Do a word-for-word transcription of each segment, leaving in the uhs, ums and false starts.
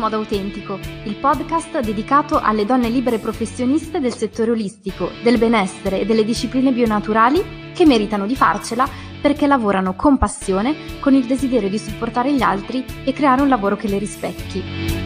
modo autentico, il podcast dedicato alle donne libere professioniste del settore olistico, del benessere e delle discipline bionaturali che meritano di farcela perché lavorano con passione, con il desiderio di supportare gli altri e creare un lavoro che le rispecchi.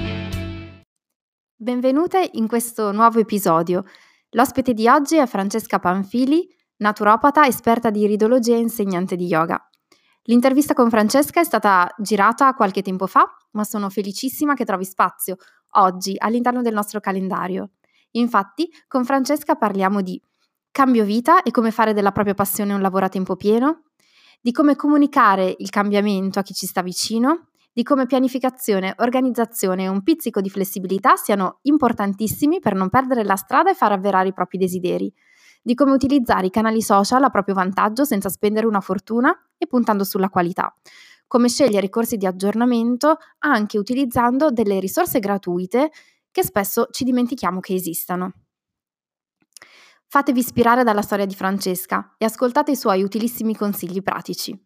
Benvenute in questo nuovo episodio. L'ospite di oggi è Francesca Panfili, naturopata, esperta di iridologia e insegnante di yoga. L'intervista con Francesca è stata girata qualche tempo fa, ma sono felicissima che trovi spazio oggi all'interno del nostro calendario. Infatti, con Francesca parliamo di cambio vita e come fare della propria passione un lavoro a tempo pieno, di come comunicare il cambiamento a chi ci sta vicino, di come pianificazione, organizzazione e un pizzico di flessibilità siano importantissimi per non perdere la strada e far avverare i propri desideri, di come utilizzare i canali social a proprio vantaggio senza spendere una fortuna e puntando sulla qualità, come scegliere i corsi di aggiornamento anche utilizzando delle risorse gratuite che spesso ci dimentichiamo che esistano. Fatevi ispirare dalla storia di Francesca e ascoltate i suoi utilissimi consigli pratici.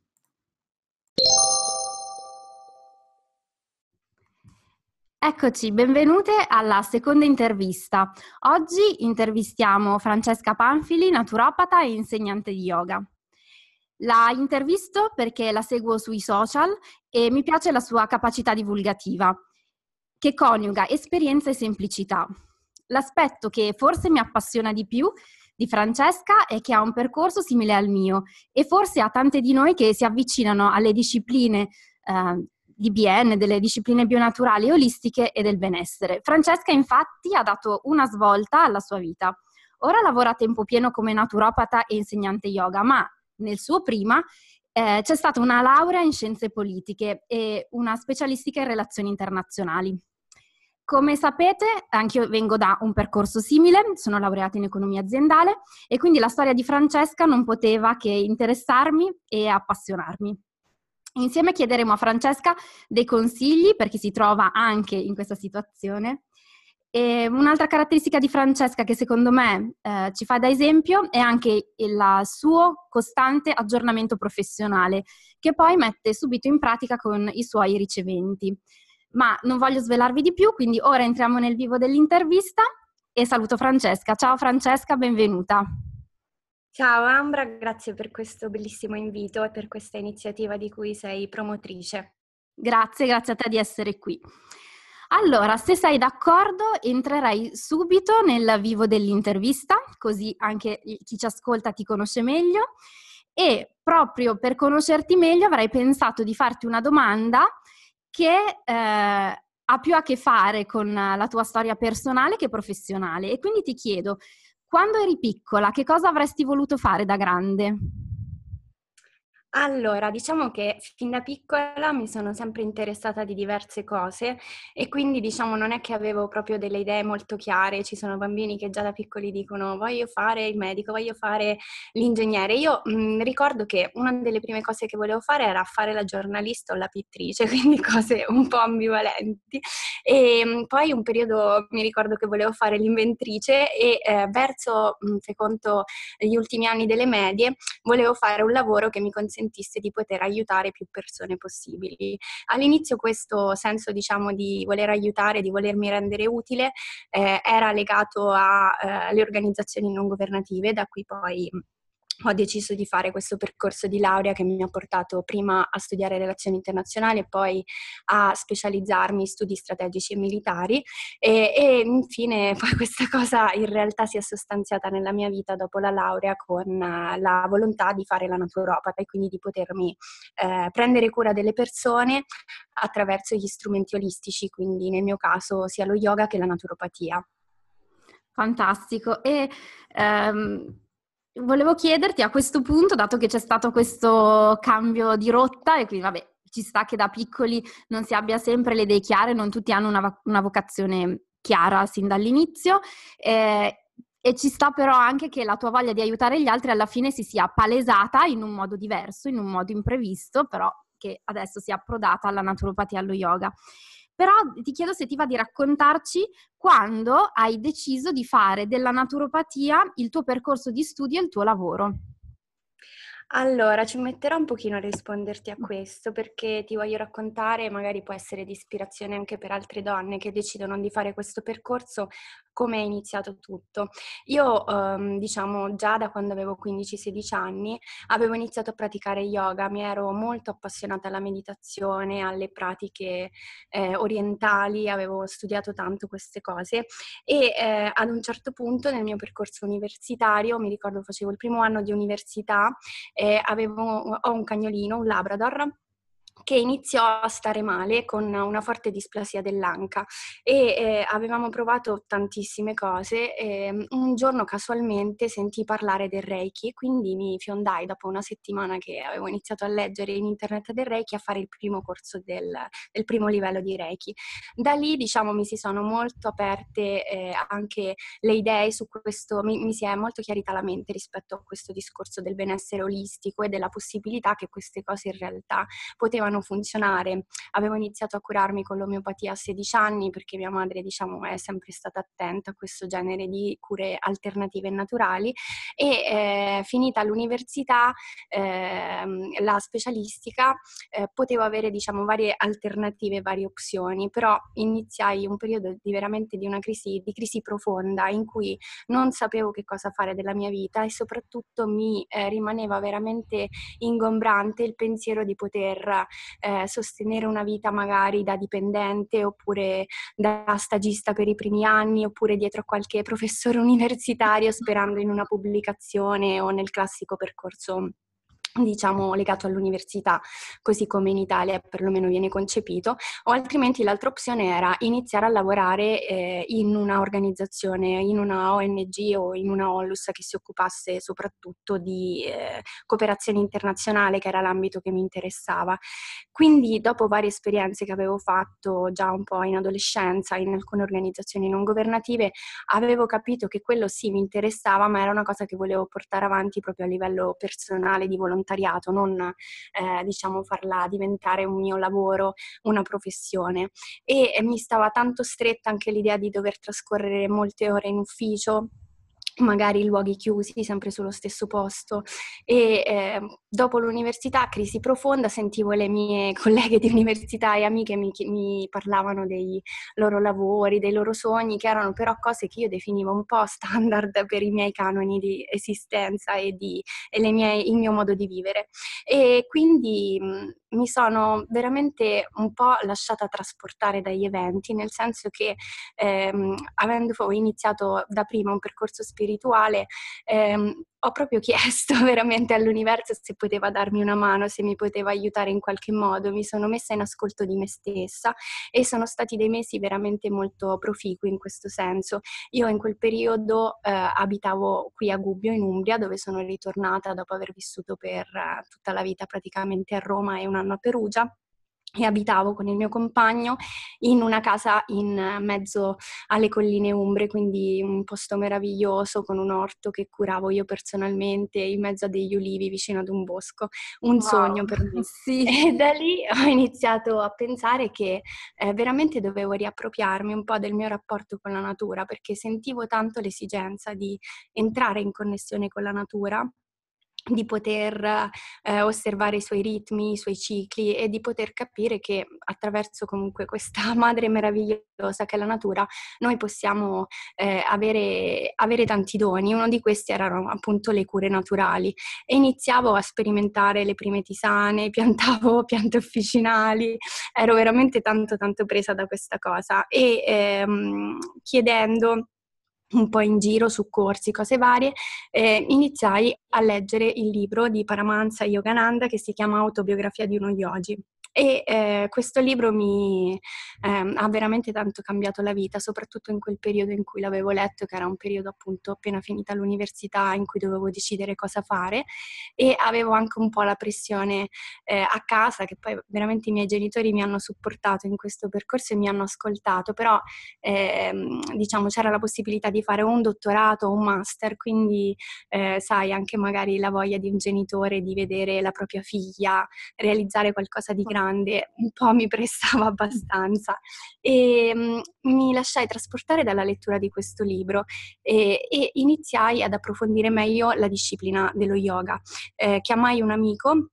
Eccoci, benvenute alla seconda intervista. Oggi intervistiamo Francesca Panfili, naturopata e insegnante di yoga. La intervisto perché la seguo sui social e mi piace la sua capacità divulgativa, che coniuga esperienza e semplicità. L'aspetto che forse mi appassiona di più di Francesca è che ha un percorso simile al mio e forse a tante di noi che si avvicinano alle discipline eh, di B N, delle discipline bionaturali e olistiche e del benessere. Francesca infatti ha dato una svolta alla sua vita. Ora lavora a tempo pieno come naturopata e insegnante yoga, ma nel suo prima eh, c'è stata una laurea in scienze politiche e una specialistica in relazioni internazionali. Come sapete, anch'io vengo da un percorso simile, sono laureata in economia aziendale e quindi la storia di Francesca non poteva che interessarmi e appassionarmi. Insieme chiederemo a Francesca dei consigli per chi si trova anche in questa situazione. E un'altra caratteristica di Francesca che secondo me eh, ci fa da esempio è anche il suo costante aggiornamento professionale, che poi mette subito in pratica con i suoi riceventi. Ma non voglio svelarvi di più, quindi ora entriamo nel vivo dell'intervista e saluto Francesca. Ciao Francesca, benvenuta. Ciao Ambra, grazie per questo bellissimo invito e per questa iniziativa di cui sei promotrice. Grazie, grazie a te di essere qui. Allora, se sei d'accordo, entrerei subito nel vivo dell'intervista, così anche chi ci ascolta ti conosce meglio. E proprio per conoscerti meglio avrei pensato di farti una domanda che eh, ha più a che fare con la tua storia personale che professionale. E quindi ti chiedo, quando eri piccola, che cosa avresti voluto fare da grande? Allora, diciamo che fin da piccola mi sono sempre interessata di diverse cose e quindi diciamo non è che avevo proprio delle idee molto chiare. Ci sono bambini che già da piccoli dicono voglio fare il medico, voglio fare l'ingegnere. Io mh, ricordo che una delle prime cose che volevo fare era fare la giornalista o la pittrice, quindi cose un po' ambivalenti. E mh, poi un periodo mi ricordo che volevo fare l'inventrice e eh, verso mh, secondo gli ultimi anni delle medie volevo fare un lavoro che mi consentisse di poter aiutare più persone possibili. All'inizio questo senso, diciamo, di voler aiutare, di volermi rendere utile, eh, era legato alle eh, organizzazioni non governative, da cui poi ho deciso di fare questo percorso di laurea che mi ha portato prima a studiare relazioni internazionali e poi a specializzarmi in studi strategici e militari e, e infine poi questa cosa in realtà si è sostanziata nella mia vita dopo la laurea con la volontà di fare la naturopata e quindi di potermi eh, prendere cura delle persone attraverso gli strumenti olistici, quindi nel mio caso sia lo yoga che la naturopatia. Fantastico. E ehm... volevo chiederti a questo punto, dato che c'è stato questo cambio di rotta e quindi vabbè, ci sta che da piccoli non si abbia sempre le idee chiare, non tutti hanno una, una vocazione chiara sin dall'inizio eh, e ci sta però anche che la tua voglia di aiutare gli altri alla fine si sia palesata in un modo diverso, in un modo imprevisto, però che adesso sia approdata alla naturopatia e allo yoga. Però ti chiedo se ti va di raccontarci quando hai deciso di fare della naturopatia il tuo percorso di studio e il tuo lavoro. Allora, ci metterò un pochino a risponderti a questo perché ti voglio raccontare, magari può essere di ispirazione anche per altre donne che decidono di fare questo percorso, come è iniziato tutto. Io, ehm, diciamo, già da quando avevo quindici sedici anni avevo iniziato a praticare yoga, mi ero molto appassionata alla meditazione, alle pratiche eh, orientali, avevo studiato tanto queste cose e eh, ad un certo punto nel mio percorso universitario, mi ricordo facevo il primo anno di università, eh, avevo, ho un cagnolino, un Labrador, che iniziò a stare male con una forte displasia dell'anca e eh, avevamo provato tantissime cose e un giorno casualmente sentii parlare del Reiki, quindi mi fiondai dopo una settimana che avevo iniziato a leggere in internet del Reiki a fare il primo corso del, del primo livello di Reiki. Da lì, diciamo, mi si sono molto aperte eh, anche le idee su questo, mi, mi si è molto chiarita la mente rispetto a questo discorso del benessere olistico e della possibilità che queste cose in realtà potevano funzionare. Avevo iniziato a curarmi con l'omeopatia a sedici anni perché mia madre, diciamo, è sempre stata attenta a questo genere di cure alternative e naturali e eh, finita l'università, eh, la specialistica, eh, potevo avere, diciamo, varie alternative, varie opzioni, però iniziai un periodo di veramente di una crisi, di crisi profonda in cui non sapevo che cosa fare della mia vita e soprattutto mi eh, rimaneva veramente ingombrante il pensiero di poter eh, sostenere una vita magari da dipendente oppure da stagista per i primi anni oppure dietro a qualche professore universitario sperando in una pubblicazione o nel classico percorso, diciamo, legato all'università, così come in Italia perlomeno viene concepito, o altrimenti l'altra opzione era iniziare a lavorare eh, in una organizzazione, in una O N G o in una Onlus che si occupasse soprattutto di eh, cooperazione internazionale, che era l'ambito che mi interessava. Quindi dopo varie esperienze che avevo fatto già un po' in adolescenza in alcune organizzazioni non governative, avevo capito che quello sì mi interessava, ma era una cosa che volevo portare avanti proprio a livello personale, di volontariato, non eh, diciamo farla diventare un mio lavoro, una professione. E, e mi stava tanto stretta anche l'idea di dover trascorrere molte ore in ufficio, magari luoghi chiusi, sempre sullo stesso posto e eh, dopo l'università, crisi profonda, sentivo le mie colleghe di università e amiche mi, mi parlavano dei loro lavori, dei loro sogni, che erano però cose che io definivo un po' standard per i miei canoni di esistenza e, di, e le mie, il mio modo di vivere. E quindi mh, mi sono veramente un po' lasciata trasportare dagli eventi, nel senso che ehm, avendo iniziato da prima un percorso spirituale, ehm, ho proprio chiesto veramente all'universo se poteva darmi una mano, se mi poteva aiutare in qualche modo. Mi sono messa in ascolto di me stessa e sono stati dei mesi veramente molto proficui in questo senso. Io in quel periodo eh, abitavo qui a Gubbio in Umbria, dove sono ritornata dopo aver vissuto per eh, tutta la vita praticamente a Roma e un anno a Perugia. E abitavo con il mio compagno in una casa in mezzo alle colline umbre, quindi un posto meraviglioso con un orto che curavo io personalmente, in mezzo a degli ulivi vicino ad un bosco, un Wow, sogno per me. sì. E da lì ho iniziato a pensare che eh, veramente dovevo riappropriarmi un po' del mio rapporto con la natura, perché sentivo tanto l'esigenza di entrare in connessione con la natura, di poter eh, osservare i suoi ritmi, i suoi cicli e di poter capire che attraverso comunque questa madre meravigliosa che è la natura noi possiamo eh, avere, avere tanti doni. Uno di questi erano appunto le cure naturali e iniziavo a sperimentare le prime tisane, piantavo piante officinali, ero veramente tanto tanto presa da questa cosa e ehm, chiedendo un po' in giro su corsi, cose varie, eh, iniziai a leggere il libro di Paramahansa Yogananda che si chiama Autobiografia di uno yogi. E eh, questo libro mi eh, ha veramente tanto cambiato la vita, soprattutto in quel periodo in cui l'avevo letto, che era un periodo appunto appena finita l'università in cui dovevo decidere cosa fare e avevo anche un po' la pressione eh, a casa, che poi veramente i miei genitori mi hanno supportato in questo percorso e mi hanno ascoltato, però ehm, diciamo c'era la possibilità di fare un dottorato o un master, quindi eh, sai anche magari la voglia di un genitore di vedere la propria figlia realizzare qualcosa di grande grande, un po' mi prestava abbastanza e mh, mi lasciai trasportare dalla lettura di questo libro e, e iniziai ad approfondire meglio la disciplina dello yoga. Eh, chiamai un amico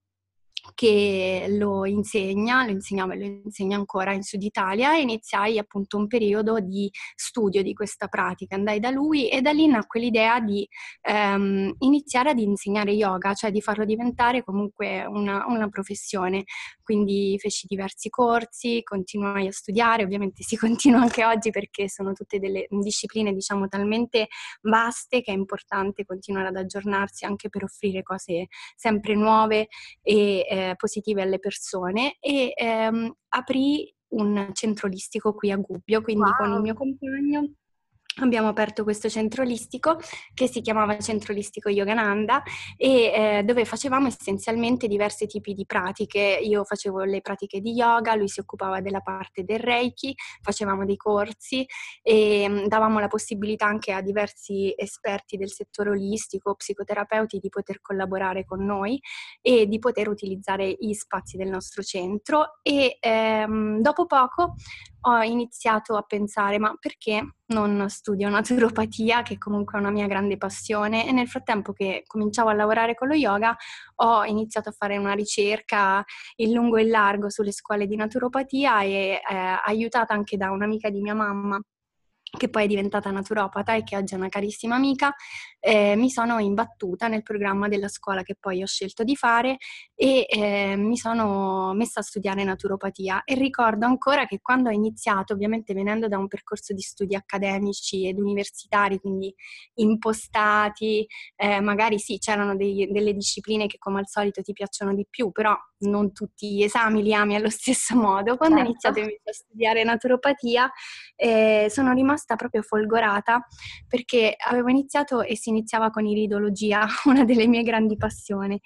che lo insegna, lo insegnava e lo insegna ancora in Sud Italia e iniziai appunto un periodo di studio di questa pratica. Andai da lui e da lì nacque l'idea di ehm, iniziare ad insegnare yoga, cioè di farlo diventare comunque una, una professione. Quindi feci diversi corsi, continuai a studiare, ovviamente si continua anche oggi perché sono tutte delle discipline diciamo talmente vaste che è importante continuare ad aggiornarsi anche per offrire cose sempre nuove e eh, positive alle persone e ehm, aprì un centro olistico qui a Gubbio, quindi con il Wow. mio compagno abbiamo aperto questo centro olistico che si chiamava Centro Olistico Yogananda e eh, dove facevamo essenzialmente diversi tipi di pratiche. Io facevo le pratiche di yoga, lui si occupava della parte del Reiki, facevamo dei corsi e mh, davamo la possibilità anche a diversi esperti del settore olistico, psicoterapeuti, di poter collaborare con noi e di poter utilizzare gli spazi del nostro centro e ehm, dopo poco ho iniziato a pensare, ma perché non studio naturopatia, che comunque è una mia grande passione, e nel frattempo che cominciavo a lavorare con lo yoga ho iniziato a fare una ricerca in lungo e in largo sulle scuole di naturopatia e eh, aiutata anche da un'amica di mia mamma che poi è diventata naturopata e che oggi è una carissima amica, eh, mi sono imbattuta nel programma della scuola che poi ho scelto di fare e eh, mi sono messa a studiare naturopatia e ricordo ancora che quando ho iniziato, ovviamente venendo da un percorso di studi accademici ed universitari, quindi impostati, eh, magari sì, c'erano dei, delle discipline che come al solito ti piacciono di più, però non tutti gli esami li ami allo stesso modo. Quando ho Certo. iniziato invece a studiare naturopatia, eh, sono rimasta proprio folgorata perché avevo iniziato e si iniziava con iridologia, una delle mie grandi passioni,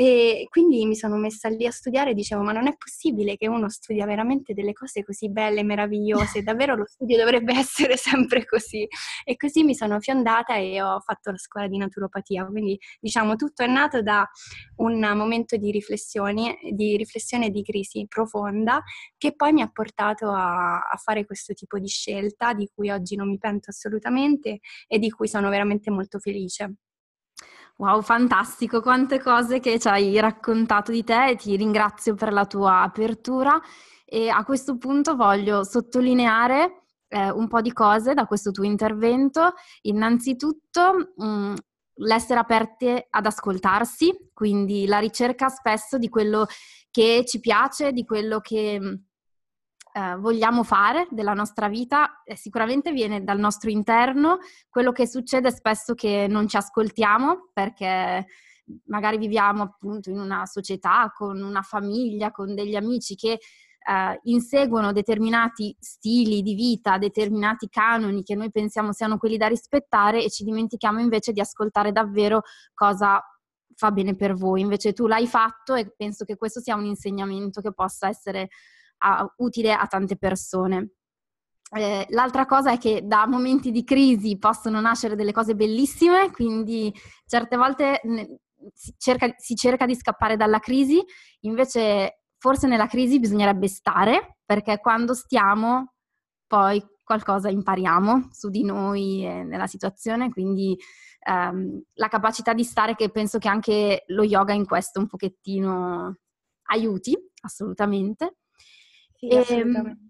e quindi mi sono messa lì a studiare e dicevo ma non è possibile che uno studia veramente delle cose così belle, meravigliose, davvero lo studio dovrebbe essere sempre così, e così mi sono fiondata e ho fatto la scuola di naturopatia, quindi diciamo tutto è nato da un momento di riflessione, di riflessione e di crisi profonda che poi mi ha portato a, a fare questo tipo di scelta di cui oggi non mi pento assolutamente e di cui sono veramente molto felice. Wow, fantastico, quante cose che ci hai raccontato di te e ti ringrazio per la tua apertura e a questo punto voglio sottolineare eh, un po' di cose da questo tuo intervento. Innanzitutto mh, l'essere aperte ad ascoltarsi, quindi la ricerca spesso di quello che ci piace, di quello che mh, eh, vogliamo fare della nostra vita, eh, sicuramente viene dal nostro interno. Quello che succede è spesso che non ci ascoltiamo perché magari viviamo appunto in una società, con una famiglia, con degli amici che eh, inseguono determinati stili di vita, determinati canoni che noi pensiamo siano quelli da rispettare e ci dimentichiamo invece di ascoltare davvero cosa fa bene per voi. Invece tu l'hai fatto e penso che questo sia un insegnamento che possa essere a, utile a tante persone. Eh, l'altra cosa è che da momenti di crisi possono nascere delle cose bellissime, quindi certe volte ne, si, cerca, si cerca di scappare dalla crisi, invece forse nella crisi bisognerebbe stare, perché quando stiamo poi qualcosa impariamo su di noi e nella situazione, quindi ehm, la capacità di stare, che penso che anche lo yoga in questo un pochettino aiuti, assolutamente. Sì, E, assolutamente.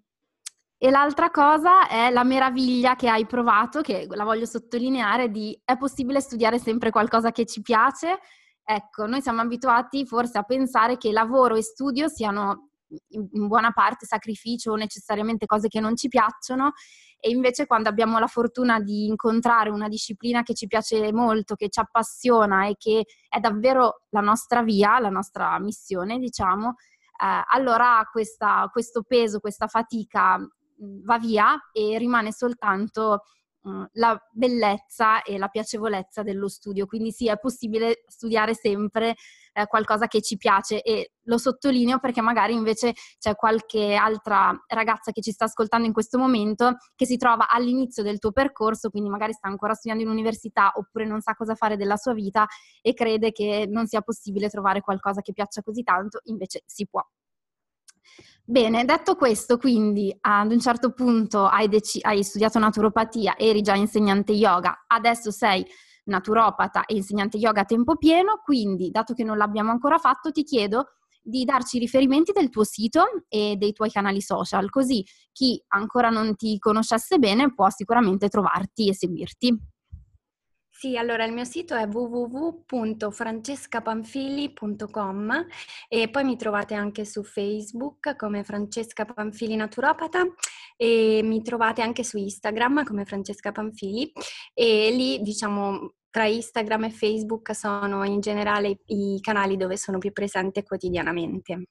e l'altra cosa è la meraviglia che hai provato, che la voglio sottolineare, di è possibile studiare sempre qualcosa che ci piace. Ecco, noi siamo abituati forse a pensare che lavoro e studio siano in, in buona parte sacrificio o necessariamente cose che non ci piacciono, e invece quando abbiamo la fortuna di incontrare una disciplina che ci piace molto, che ci appassiona e che è davvero la nostra via, la nostra missione, diciamo, eh, allora questa, questo peso, questa fatica mh, va via e rimane soltanto mh, la bellezza e la piacevolezza dello studio. Quindi sì, è possibile studiare sempre eh, qualcosa che ci piace, e lo sottolineo perché magari invece c'è qualche altra ragazza che ci sta ascoltando in questo momento che si trova all'inizio del tuo percorso, quindi magari sta ancora studiando in università oppure non sa cosa fare della sua vita e crede che non sia possibile trovare qualcosa che piaccia così tanto, invece si può. Bene, detto questo, quindi ad un certo punto hai, dec- hai studiato naturopatia, eri già insegnante yoga, adesso sei naturopata e insegnante yoga a tempo pieno, quindi dato che non l'abbiamo ancora fatto, ti chiedo di darci i riferimenti del tuo sito e dei tuoi canali social, così chi ancora non ti conoscesse bene può sicuramente trovarti e seguirti. Sì, allora il mio sito è w w w punto francescapanfili punto com e poi mi trovate anche su Facebook come Francesca Panfili Naturopata e mi trovate anche su Instagram come Francesca Panfili e lì, diciamo, tra Instagram e Facebook sono in generale i canali dove sono più presente quotidianamente.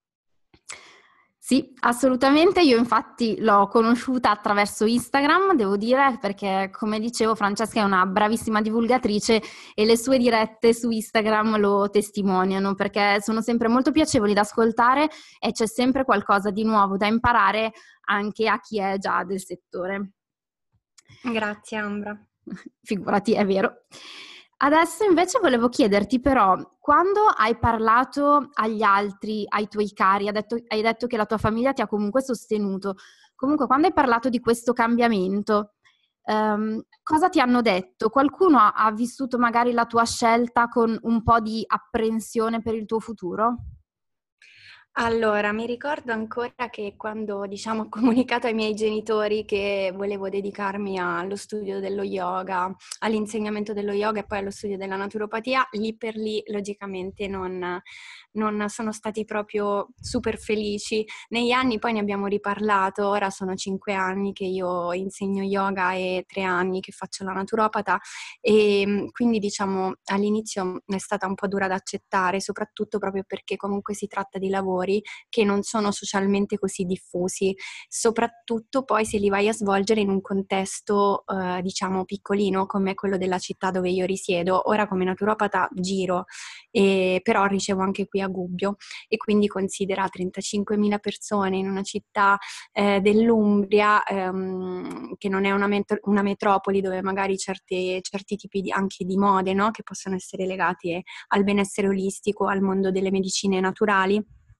Sì, assolutamente. Io infatti l'ho conosciuta attraverso Instagram, devo dire, perché come dicevo Francesca è una bravissima divulgatrice e le sue dirette su Instagram lo testimoniano, perché sono sempre molto piacevoli da ascoltare e c'è sempre qualcosa di nuovo da imparare anche a chi è già del settore. Grazie Ambra. Figurati, è vero. Adesso invece volevo chiederti però, quando hai parlato agli altri, ai tuoi cari, hai detto, hai detto che la tua famiglia ti ha comunque sostenuto, comunque quando hai parlato di questo cambiamento, ehm, cosa ti hanno detto? Qualcuno ha, ha vissuto magari la tua scelta con un po' di apprensione per il tuo futuro? Allora, mi ricordo ancora che quando, diciamo, ho comunicato ai miei genitori che volevo dedicarmi allo studio dello yoga, all'insegnamento dello yoga e poi allo studio della naturopatia, lì per lì logicamente non, non sono stati proprio super felici. Negli anni poi ne abbiamo riparlato, ora sono cinque anni che io insegno yoga e tre anni che faccio la naturopata e quindi diciamo all'inizio è stata un po' dura da accettare, soprattutto proprio perché comunque si tratta di lavori che non sono socialmente così diffusi, soprattutto poi se li vai a svolgere in un contesto eh, diciamo piccolino come quello della città dove io risiedo. Ora come naturopata giro, e, però ricevo anche qui a Gubbio e quindi considera trentacinquemila persone in una città eh, dell'Umbria ehm, che non è una, met- una metropoli dove magari certe, certi tipi di, anche di mode, no? Che possono essere legati al benessere olistico, al mondo delle medicine naturali.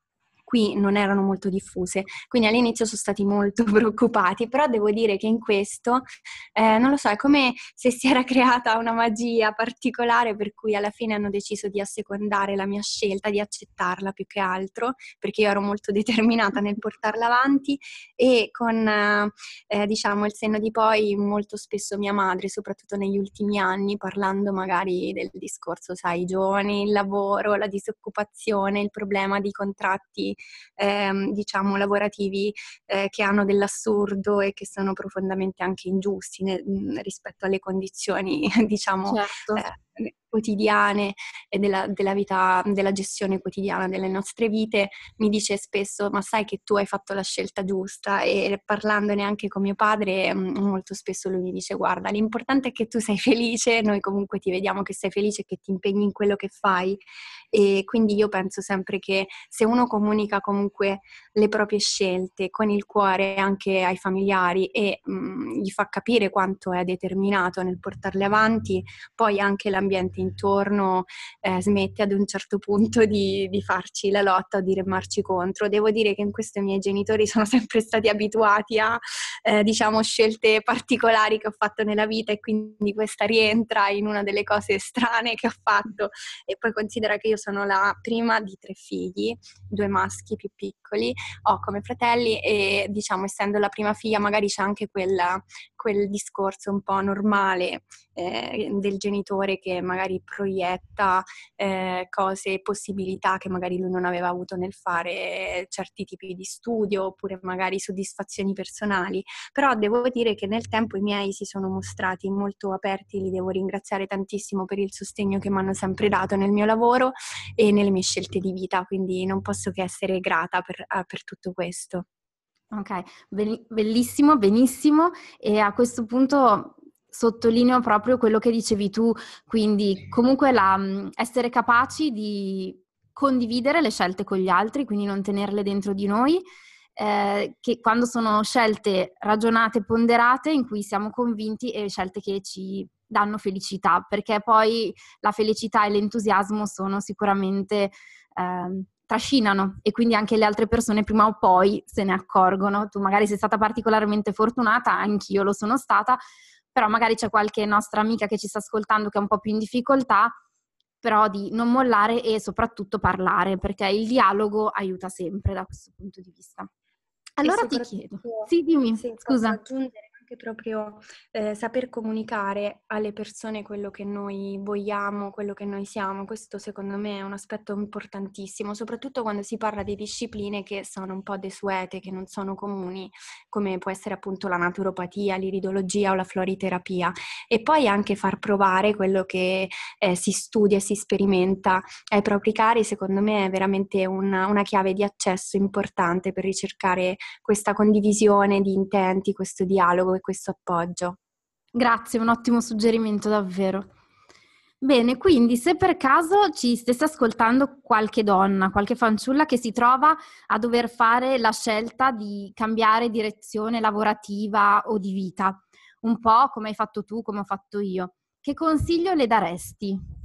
Qui non erano molto diffuse, quindi all'inizio sono stati molto preoccupati, però devo dire che in questo, eh, non lo so, è come se si era creata una magia particolare per cui alla fine hanno deciso di assecondare la mia scelta, di accettarla più che altro, perché io ero molto determinata nel portarla avanti e con, eh, eh, diciamo, il senno di poi molto spesso mia madre, soprattutto negli ultimi anni, parlando magari del discorso, sai, i giovani, il lavoro, la disoccupazione, il problema di contratti ehm, diciamo lavorativi eh, che hanno dell'assurdo e che sono profondamente anche ingiusti ne, rispetto alle condizioni diciamo Certo. eh, quotidiane e della, della vita, della gestione quotidiana delle nostre vite. Mi dice spesso ma sai che tu hai fatto la scelta giusta e parlandone anche con mio padre molto spesso lui mi dice guarda l'importante è che tu sei felice, noi comunque ti vediamo che sei felice e che ti impegni in quello che fai e quindi io penso sempre che se uno comunica comunque le proprie scelte con il cuore anche ai familiari e mh, gli fa capire quanto è determinato nel portarle avanti, poi anche l'ambiente intorno eh, smette ad un certo punto di, di farci la lotta o di remarci contro. Devo dire che in questo i miei genitori sono sempre stati abituati a eh, diciamo scelte particolari che ho fatto nella vita e quindi questa rientra in una delle cose strane che ho fatto e poi considera che io sono la prima di tre figli, due maschi più piccoli, ho come fratelli e diciamo essendo la prima figlia magari c'è anche quella, quel discorso un po' normale eh, del genitore che magari proietta eh, cose, possibilità che magari lui non aveva avuto nel fare certi tipi di studio oppure magari soddisfazioni personali, però devo dire che nel tempo i miei si sono mostrati molto aperti, li devo ringraziare tantissimo per il sostegno che mi hanno sempre dato nel mio lavoro e nelle mie scelte di vita, quindi non posso che essere grata per, uh, per tutto questo. Ok, bellissimo, benissimo. E a questo punto sottolineo proprio quello che dicevi tu, quindi comunque la, essere capaci di condividere le scelte con gli altri, quindi non tenerle dentro di noi, eh, che quando sono scelte ragionate, ponderate, in cui siamo convinti e scelte che ci danno felicità, perché poi la felicità e l'entusiasmo sono sicuramente eh, trascinano e quindi anche le altre persone prima o poi se ne accorgono. Tu magari sei stata particolarmente fortunata, anch'io lo sono stata, però magari c'è qualche nostra amica che ci sta ascoltando che è un po' più in difficoltà, però di non mollare e soprattutto parlare, perché il dialogo aiuta sempre da questo punto di vista. Allora ti chiedo, sì, dimmi, sì, scusa. posso aggiungere anche proprio eh, saper comunicare alle persone quello che noi vogliamo, quello che noi siamo. Questo secondo me è un aspetto importantissimo, soprattutto quando si parla di discipline che sono un po' desuete, che non sono comuni, come può essere appunto la naturopatia, l'iridologia o la floriterapia. E poi anche far provare quello che eh, si studia e si sperimenta ai propri cari, secondo me è veramente una, una chiave di accesso importante per ricercare questa condivisione di intenti, questo dialogo e questo appoggio. Grazie, un ottimo suggerimento davvero. Bene, quindi se per caso ci stesse ascoltando qualche donna, qualche fanciulla che si trova a dover fare la scelta di cambiare direzione lavorativa o di vita, un po' come hai fatto tu, come ho fatto io, che consiglio le daresti?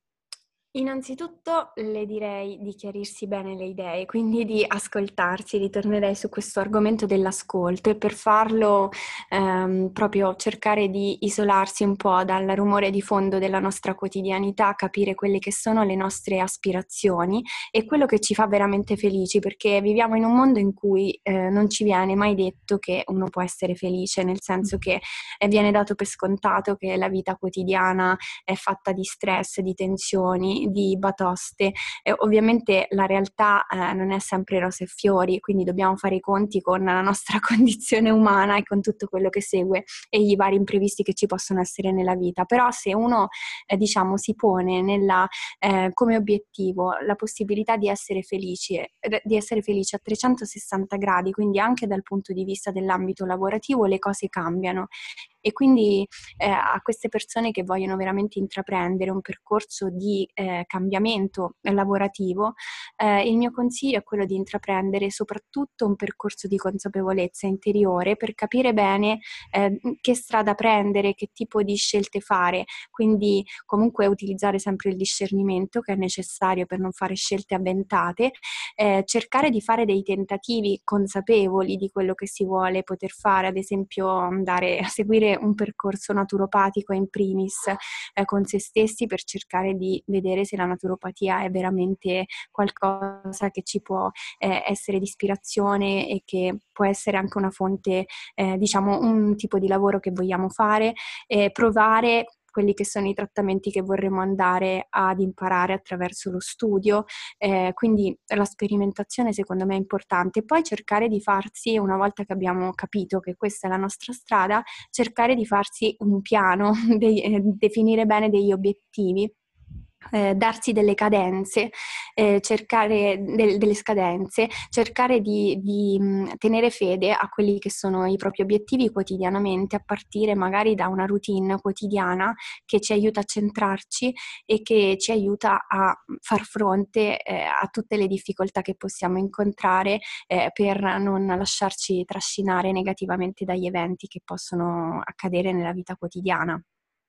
Innanzitutto le direi di chiarirsi bene le idee, quindi di ascoltarsi, ritornerei su questo argomento dell'ascolto e per farlo ehm, proprio cercare di isolarsi un po' dal rumore di fondo della nostra quotidianità, capire quelle che sono le nostre aspirazioni e quello che ci fa veramente felici, perché viviamo in un mondo in cui eh, non ci viene mai detto che uno può essere felice, nel senso che eh, viene dato per scontato che la vita quotidiana è fatta di stress, di tensioni, di batoste. Eh, ovviamente la realtà eh, non è sempre rose e fiori, quindi dobbiamo fare i conti con la nostra condizione umana e con tutto quello che segue e i vari imprevisti che ci possono essere nella vita. Però se uno eh, diciamo si pone nella, eh, come obiettivo la possibilità di essere felice, di essere felice a trecentosessanta gradi, quindi anche dal punto di vista dell'ambito lavorativo, le cose cambiano. E quindi eh, a queste persone che vogliono veramente intraprendere un percorso di eh, cambiamento lavorativo, eh, il mio consiglio è quello di intraprendere soprattutto un percorso di consapevolezza interiore per capire bene eh, che strada prendere, che tipo di scelte fare, quindi comunque utilizzare sempre il discernimento che è necessario per non fare scelte avventate, eh, cercare di fare dei tentativi consapevoli di quello che si vuole poter fare, ad esempio andare a seguire un percorso naturopatico in primis eh, con se stessi per cercare di vedere se la naturopatia è veramente qualcosa che ci può eh, essere di ispirazione e che può essere anche una fonte, eh, diciamo un tipo di lavoro che vogliamo fare, eh, provare quelli che sono i trattamenti che vorremmo andare ad imparare attraverso lo studio, eh, quindi la sperimentazione secondo me è importante. Poi cercare di farsi, una volta che abbiamo capito che questa è la nostra strada, cercare di farsi un piano, de- eh, definire bene degli obiettivi. Eh, darsi delle cadenze, eh, cercare del, delle scadenze, cercare di, di mh, tenere fede a quelli che sono i propri obiettivi quotidianamente, a partire magari da una routine quotidiana che ci aiuta a centrarci e che ci aiuta a far fronte eh, a tutte le difficoltà che possiamo incontrare eh, per non lasciarci trascinare negativamente dagli eventi che possono accadere nella vita quotidiana.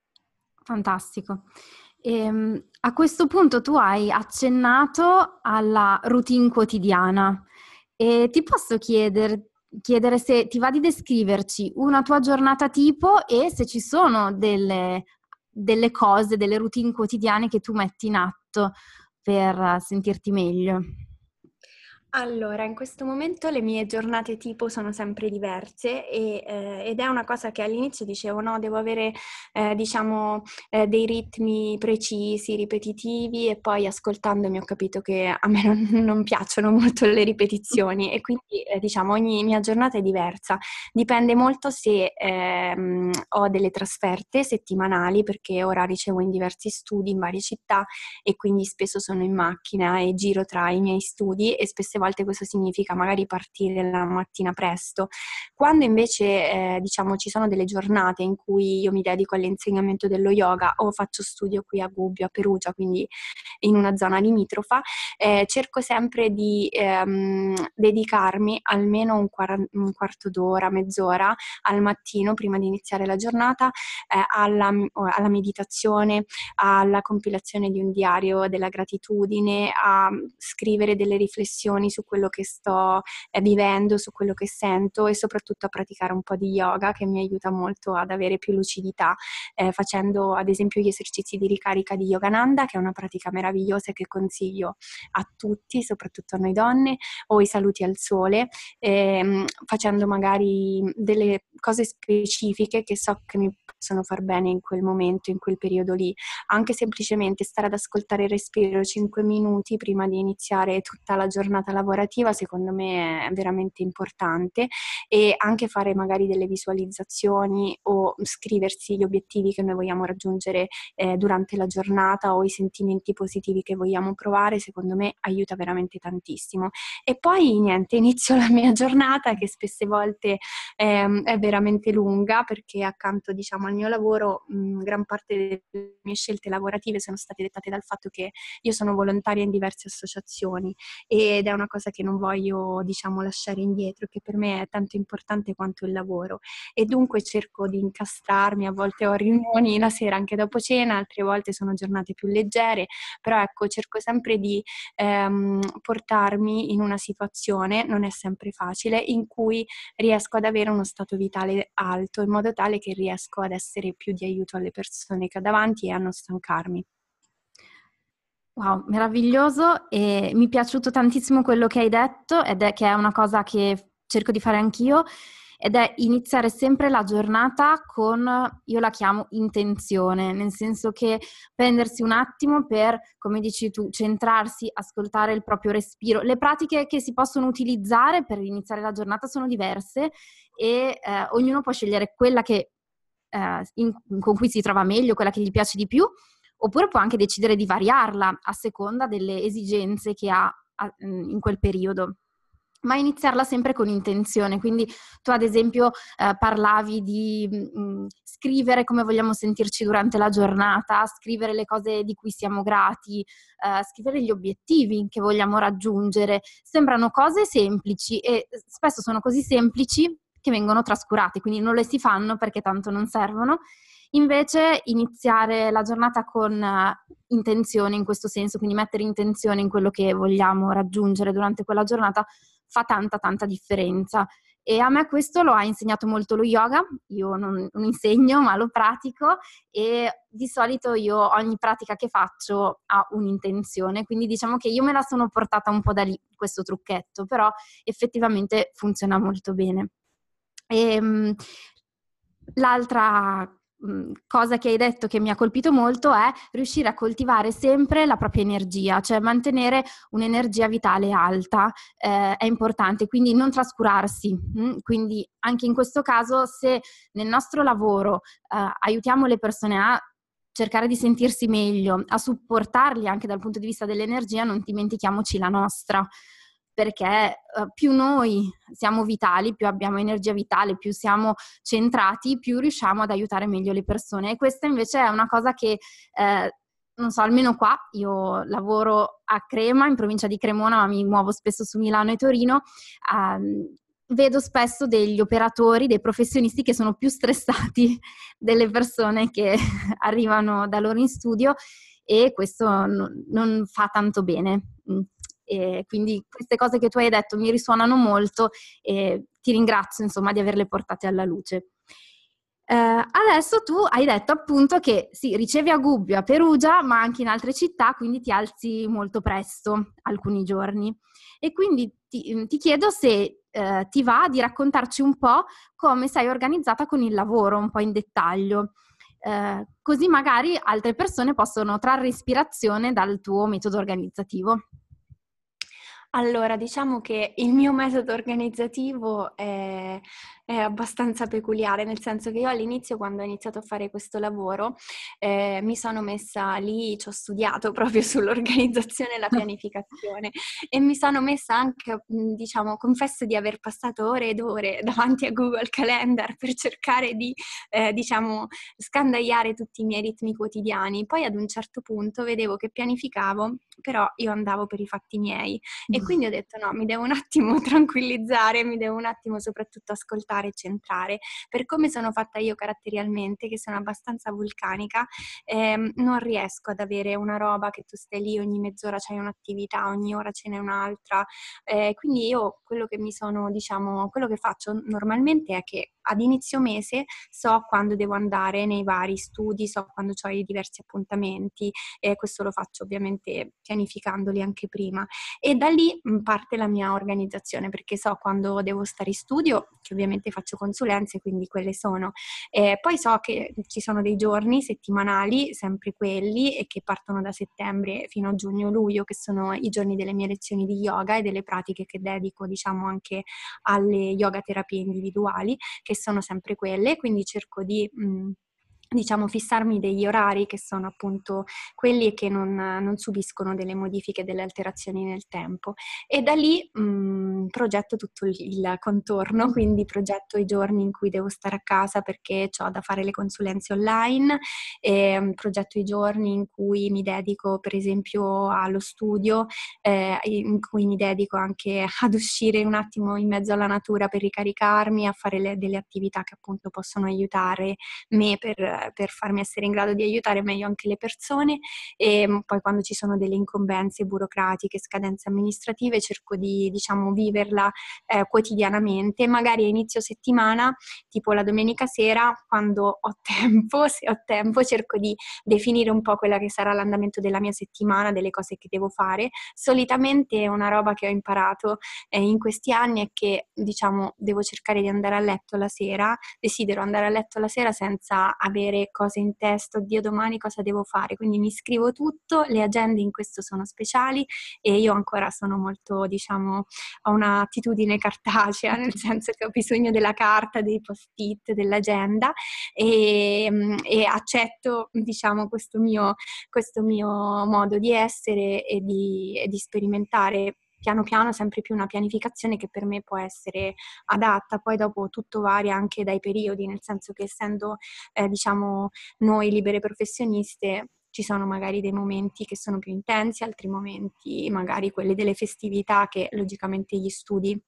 Fantastico. Ehm, a questo punto tu hai accennato alla routine quotidiana e ti posso chiedere, chiedere se ti va di descriverci una tua giornata tipo e se ci sono delle, delle cose, delle routine quotidiane che tu metti in atto per sentirti meglio. Allora, in questo momento le mie giornate tipo sono sempre diverse e, eh, ed è una cosa che all'inizio dicevo, no, devo avere eh, diciamo eh, dei ritmi precisi, ripetitivi e poi ascoltandomi ho capito che a me non, non piacciono molto le ripetizioni e quindi eh, diciamo ogni mia giornata è diversa. Dipende molto se ehm, ho delle trasferte settimanali perché ora ricevo in diversi studi in varie città e quindi spesso sono in macchina e giro tra i miei studi e spesso spesse volte questo significa magari partire la mattina presto. Quando invece eh, diciamo ci sono delle giornate in cui io mi dedico all'insegnamento dello yoga o faccio studio qui a Gubbio, a Perugia, quindi in una zona limitrofa, eh, cerco sempre di ehm, dedicarmi almeno un, quar- un quarto d'ora, mezz'ora al mattino prima di iniziare la giornata eh, alla, alla meditazione, alla compilazione di un diario della gratitudine, a scrivere delle riflessioni su quello che sto eh, vivendo, su quello che sento, e soprattutto a praticare un po' di yoga, che mi aiuta molto ad avere più lucidità, eh, facendo ad esempio gli esercizi di ricarica di Yogananda, che è una pratica meravigliosa che consiglio a tutti, soprattutto a noi donne, o i saluti al sole, ehm, facendo magari delle cose specifiche che so che mi possono far bene in quel momento, in quel periodo lì. Anche semplicemente stare ad ascoltare il respiro cinque minuti prima di iniziare tutta la giornata lavorativa, secondo me è veramente importante, e anche fare magari delle visualizzazioni o scriversi gli obiettivi che noi vogliamo raggiungere eh, durante la giornata, o i sentimenti positivi che vogliamo provare, secondo me aiuta veramente tantissimo. E poi niente, inizio la mia giornata, che spesse volte ehm, è veramente lunga, perché accanto diciamo al mio lavoro mh, gran parte delle mie scelte lavorative sono state dettate dal fatto che io sono volontaria in diverse associazioni, ed è una cosa che non voglio diciamo lasciare indietro, che per me è tanto importante quanto il lavoro, e dunque cerco di incastrarmi. A volte ho riunioni la sera anche dopo cena, altre volte sono giornate più leggere, però ecco, cerco sempre di ehm, portarmi in una situazione, non è sempre facile, in cui riesco ad avere uno stato vitale alto, in modo tale che riesco ad essere più di aiuto alle persone che ho davanti e a non stancarmi. Wow, meraviglioso, e mi è piaciuto tantissimo quello che hai detto, ed è che è una cosa che cerco di fare anch'io, ed è iniziare sempre la giornata con, io la chiamo intenzione, nel senso che prendersi un attimo per, come dici tu, centrarsi, ascoltare il proprio respiro. Le pratiche che si possono utilizzare per iniziare la giornata sono diverse, e eh, ognuno può scegliere quella che, eh, in, con cui si trova meglio, quella che gli piace di più, oppure può anche decidere di variarla a seconda delle esigenze che ha a, in quel periodo. Ma iniziarla sempre con intenzione. Quindi tu ad esempio eh, parlavi di mh, scrivere come vogliamo sentirci durante la giornata, scrivere le cose di cui siamo grati, eh, scrivere gli obiettivi che vogliamo raggiungere. Sembrano cose semplici, e spesso sono così semplici che vengono trascurate, quindi non le si fanno perché tanto non servono. Invece iniziare la giornata con uh, intenzione, in questo senso, quindi mettere intenzione in quello che vogliamo raggiungere durante quella giornata, fa tanta tanta differenza. E a me questo lo ha insegnato molto lo yoga. Io non, non insegno, ma lo pratico, e di solito io ogni pratica che faccio ha un'intenzione, quindi diciamo che io me la sono portata un po' da lì, questo trucchetto, però effettivamente funziona molto bene. E, um, l'altra cosa che hai detto che mi ha colpito molto è riuscire a coltivare sempre la propria energia, cioè mantenere un'energia vitale alta, eh, è importante, quindi non trascurarsi. Mh? Quindi anche in questo caso, se nel nostro lavoro eh, aiutiamo le persone a cercare di sentirsi meglio, a supportarli anche dal punto di vista dell'energia, non dimentichiamoci la nostra, perché eh, più noi siamo vitali, più abbiamo energia vitale, più siamo centrati, più riusciamo ad aiutare meglio le persone. E questa invece è una cosa che, eh, non so, almeno qua, io lavoro a Crema, in provincia di Cremona, ma mi muovo spesso su Milano e Torino, ehm, vedo spesso degli operatori, dei professionisti che sono più stressati delle persone che arrivano da loro in studio, e questo non, non fa tanto bene. E quindi queste cose che tu hai detto mi risuonano molto, e ti ringrazio insomma di averle portate alla luce. Eh, adesso tu hai detto appunto che sì, ricevi a Gubbio, a Perugia, ma anche in altre città, quindi ti alzi molto presto alcuni giorni, e quindi ti, ti chiedo se eh, ti va di raccontarci un po' come sei organizzata con il lavoro, un po' in dettaglio. Eh, così magari altre persone possono trarre ispirazione dal tuo metodo organizzativo. Allora, diciamo che il mio metodo organizzativo è, è abbastanza peculiare, nel senso che io all'inizio, quando ho iniziato a fare questo lavoro, eh, mi sono messa lì, ci ho studiato proprio sull'organizzazione e la pianificazione e mi sono messa anche, mh, diciamo, confesso di aver passato ore ed ore davanti a Google Calendar per cercare di, eh, diciamo, scandagliare tutti i miei ritmi quotidiani. Poi ad un certo punto vedevo che pianificavo, però io andavo per i fatti miei. E quindi ho detto no, mi devo un attimo tranquillizzare, mi devo un attimo soprattutto ascoltare e centrare. Per come sono fatta io caratterialmente, che sono abbastanza vulcanica, ehm, non riesco ad avere una roba che tu stai lì, ogni mezz'ora c'hai un'attività, ogni ora ce n'è un'altra. Eh, quindi io quello che mi sono, diciamo, quello che faccio normalmente è che ad inizio mese so quando devo andare nei vari studi, so quando ho i diversi appuntamenti, e questo lo faccio ovviamente pianificandoli anche prima. E da lì mh, parte la mia organizzazione, perché so quando devo stare in studio, che ovviamente faccio consulenze, quindi quelle sono. E poi so che ci sono dei giorni settimanali, sempre quelli, e che partono da settembre fino a giugno-luglio, che sono i giorni delle mie lezioni di yoga e delle pratiche che dedico, diciamo, anche alle yoga terapie individuali, che sono sempre quelle, quindi cerco di... Mh, diciamo, fissarmi degli orari che sono appunto quelli che non, non subiscono delle modifiche, delle alterazioni nel tempo. E da lì mh, progetto tutto il, il contorno, quindi progetto i giorni in cui devo stare a casa perché ho da fare le consulenze online, e, mh, progetto i giorni in cui mi dedico per esempio allo studio, eh, in cui mi dedico anche ad uscire un attimo in mezzo alla natura per ricaricarmi, a fare le, delle attività che appunto possono aiutare me per per farmi essere in grado di aiutare meglio anche le persone. E poi quando ci sono delle incombenze burocratiche, scadenze amministrative, cerco di, diciamo, viverla eh, quotidianamente, magari a inizio settimana, tipo la domenica sera, quando ho tempo, se ho tempo, cerco di definire un po' quella che sarà l'andamento della mia settimana, delle cose che devo fare. Solitamente una roba che ho imparato eh, in questi anni è che, diciamo, devo cercare di andare a letto la sera, desidero andare a letto la sera senza avere cose in testa, oddio domani cosa devo fare, quindi mi scrivo tutto, le agende in questo sono speciali e io ancora sono molto, diciamo, ho un'attitudine cartacea, nel senso che ho bisogno della carta, dei post-it, dell'agenda e, e accetto, diciamo, questo mio, questo mio modo di essere e di, e di sperimentare piano piano sempre più una pianificazione che per me può essere adatta. Poi dopo tutto varia anche dai periodi, nel senso che essendo eh, diciamo noi libere professioniste ci sono magari dei momenti che sono più intensi, altri momenti magari quelli delle festività che logicamente gli studi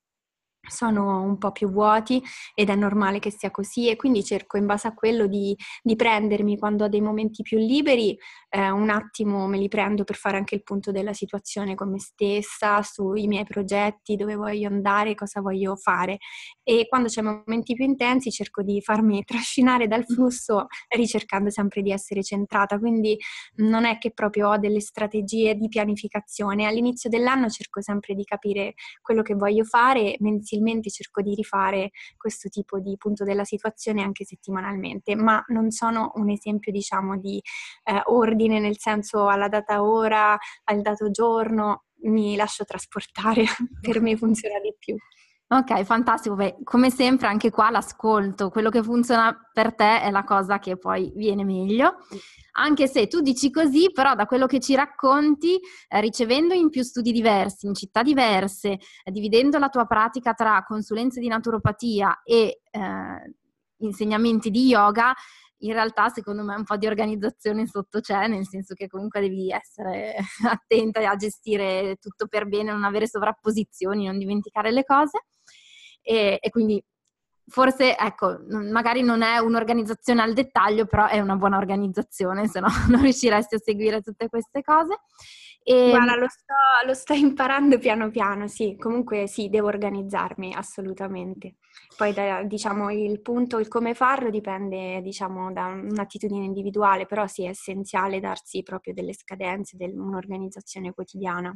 sono un po' più vuoti ed è normale che sia così, e quindi cerco in base a quello di, di prendermi, quando ho dei momenti più liberi, eh, un attimo me li prendo per fare anche il punto della situazione con me stessa, sui miei progetti, dove voglio andare, cosa voglio fare, e quando c'è momenti più intensi cerco di farmi trascinare dal flusso ricercando sempre di essere centrata, quindi non è che proprio ho delle strategie di pianificazione. All'inizio dell'anno cerco sempre di capire quello che voglio fare, mensilmente cerco di rifare questo tipo di punto della situazione anche settimanalmente, ma non sono un esempio, diciamo, di eh, ordine, nel senso alla data ora, al dato giorno, mi lascio trasportare, per me funziona di più. Ok, fantastico. Beh, come sempre anche qua l'ascolto, quello che funziona per te è la cosa che poi viene meglio, anche se tu dici così, però da quello che ci racconti, eh, ricevendo in più studi diversi, in città diverse, eh, dividendo la tua pratica tra consulenze di naturopatia e eh, insegnamenti di yoga, in realtà secondo me un po' di organizzazione sotto c'è, nel senso che comunque devi essere attenta a gestire tutto per bene, non avere sovrapposizioni, non dimenticare le cose. E, e quindi forse, ecco, magari non è un'organizzazione al dettaglio, però è una buona organizzazione, se no non riusciresti a seguire tutte queste cose. E... Guarda, lo sto, lo sto imparando piano piano, sì, comunque sì, devo organizzarmi assolutamente. Poi da, diciamo il punto, il come farlo dipende, diciamo, da un'attitudine individuale, però sì, è essenziale darsi proprio delle scadenze, del, un'organizzazione quotidiana.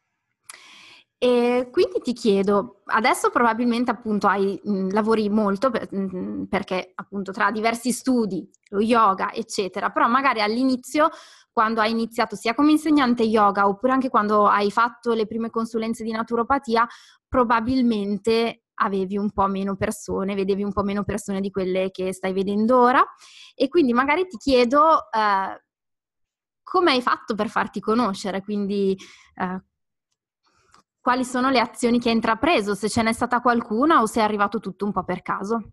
E quindi ti chiedo, adesso probabilmente appunto hai, mh, lavori molto per, mh, perché appunto tra diversi studi, lo yoga eccetera, però magari all'inizio quando hai iniziato sia come insegnante yoga oppure anche quando hai fatto le prime consulenze di naturopatia, probabilmente avevi un po' meno persone, vedevi un po' meno persone di quelle che stai vedendo ora, e quindi magari ti chiedo eh, come hai fatto per farti conoscere, quindi eh, quali sono le azioni che hai intrapreso, se ce n'è stata qualcuna o se è arrivato tutto un po' per caso.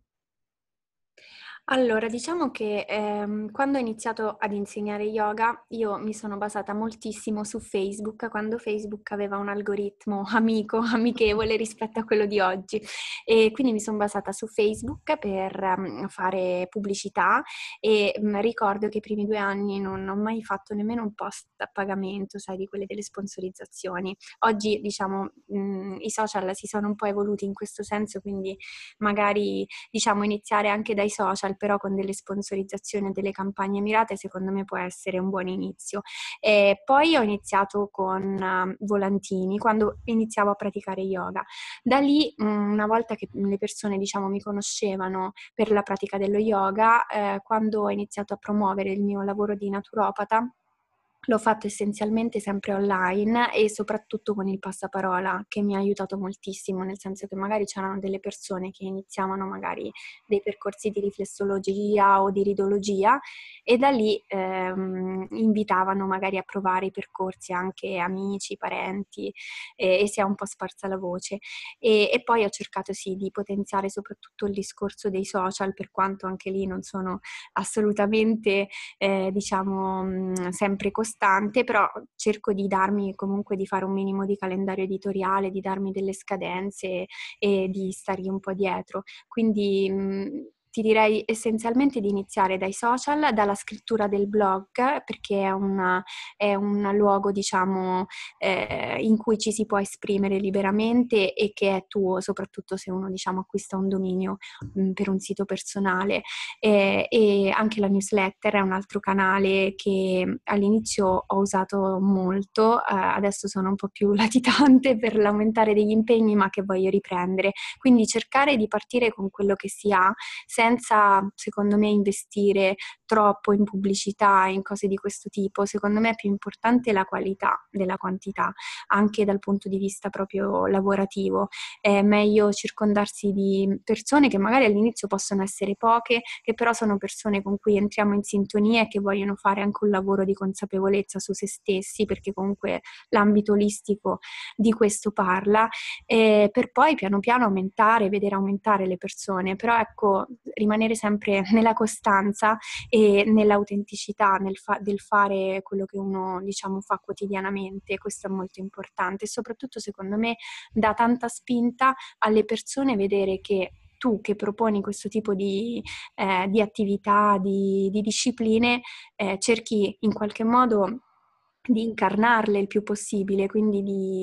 Allora, diciamo che ehm, quando ho iniziato ad insegnare yoga, io mi sono basata moltissimo su Facebook, quando Facebook aveva un algoritmo amico, amichevole rispetto a quello di oggi. E quindi mi sono basata su Facebook per um, fare pubblicità e um, ricordo che i primi due anni non ho mai fatto nemmeno un post a pagamento, sai, di quelle delle sponsorizzazioni. Oggi, diciamo, mh, i social si sono un po' evoluti in questo senso, quindi magari, diciamo, iniziare anche dai social, però con delle sponsorizzazioni e delle campagne mirate, secondo me può essere un buon inizio. E poi ho iniziato con uh, volantini quando iniziavo a praticare yoga. Da lì, una volta che le persone, diciamo, mi conoscevano per la pratica dello yoga, eh, quando ho iniziato a promuovere il mio lavoro di naturopata, l'ho fatto essenzialmente sempre online e soprattutto con il passaparola, che mi ha aiutato moltissimo, nel senso che magari c'erano delle persone che iniziavano magari dei percorsi di riflessologia o di ridologia e da lì ehm, invitavano magari a provare i percorsi anche amici, parenti eh, e si è un po' sparsa la voce. E, e poi ho cercato sì di potenziare soprattutto il discorso dei social, per quanto anche lì non sono assolutamente eh, diciamo mh, sempre costante, però cerco di darmi comunque di fare un minimo di calendario editoriale, di darmi delle scadenze e di stargli un po' dietro. Quindi mh, ti direi essenzialmente di iniziare dai social, dalla scrittura del blog, perché è, una, è un luogo, diciamo, eh, in cui ci si può esprimere liberamente e che è tuo, soprattutto se uno, diciamo, acquista un dominio mh, per un sito personale. E, e anche la newsletter è un altro canale che all'inizio ho usato molto, eh, adesso sono un po' più latitante per l'aumentare degli impegni, ma che voglio riprendere. Quindi cercare di partire con quello che si ha, senza, secondo me, investire troppo in pubblicità, in cose di questo tipo. Secondo me è più importante la qualità della quantità, anche dal punto di vista proprio lavorativo. È meglio circondarsi di persone che magari all'inizio possono essere poche, che però sono persone con cui entriamo in sintonia e che vogliono fare anche un lavoro di consapevolezza su se stessi, perché comunque l'ambito olistico di questo parla, eh, per poi piano piano aumentare, vedere aumentare le persone, però ecco, rimanere sempre nella costanza e nell'autenticità nel fa- del fare quello che uno, diciamo, fa quotidianamente. Questo è molto importante e soprattutto secondo me dà tanta spinta alle persone vedere che tu che proponi questo tipo di, eh, di attività, di, di discipline, eh, cerchi in qualche modo di incarnarle il più possibile, quindi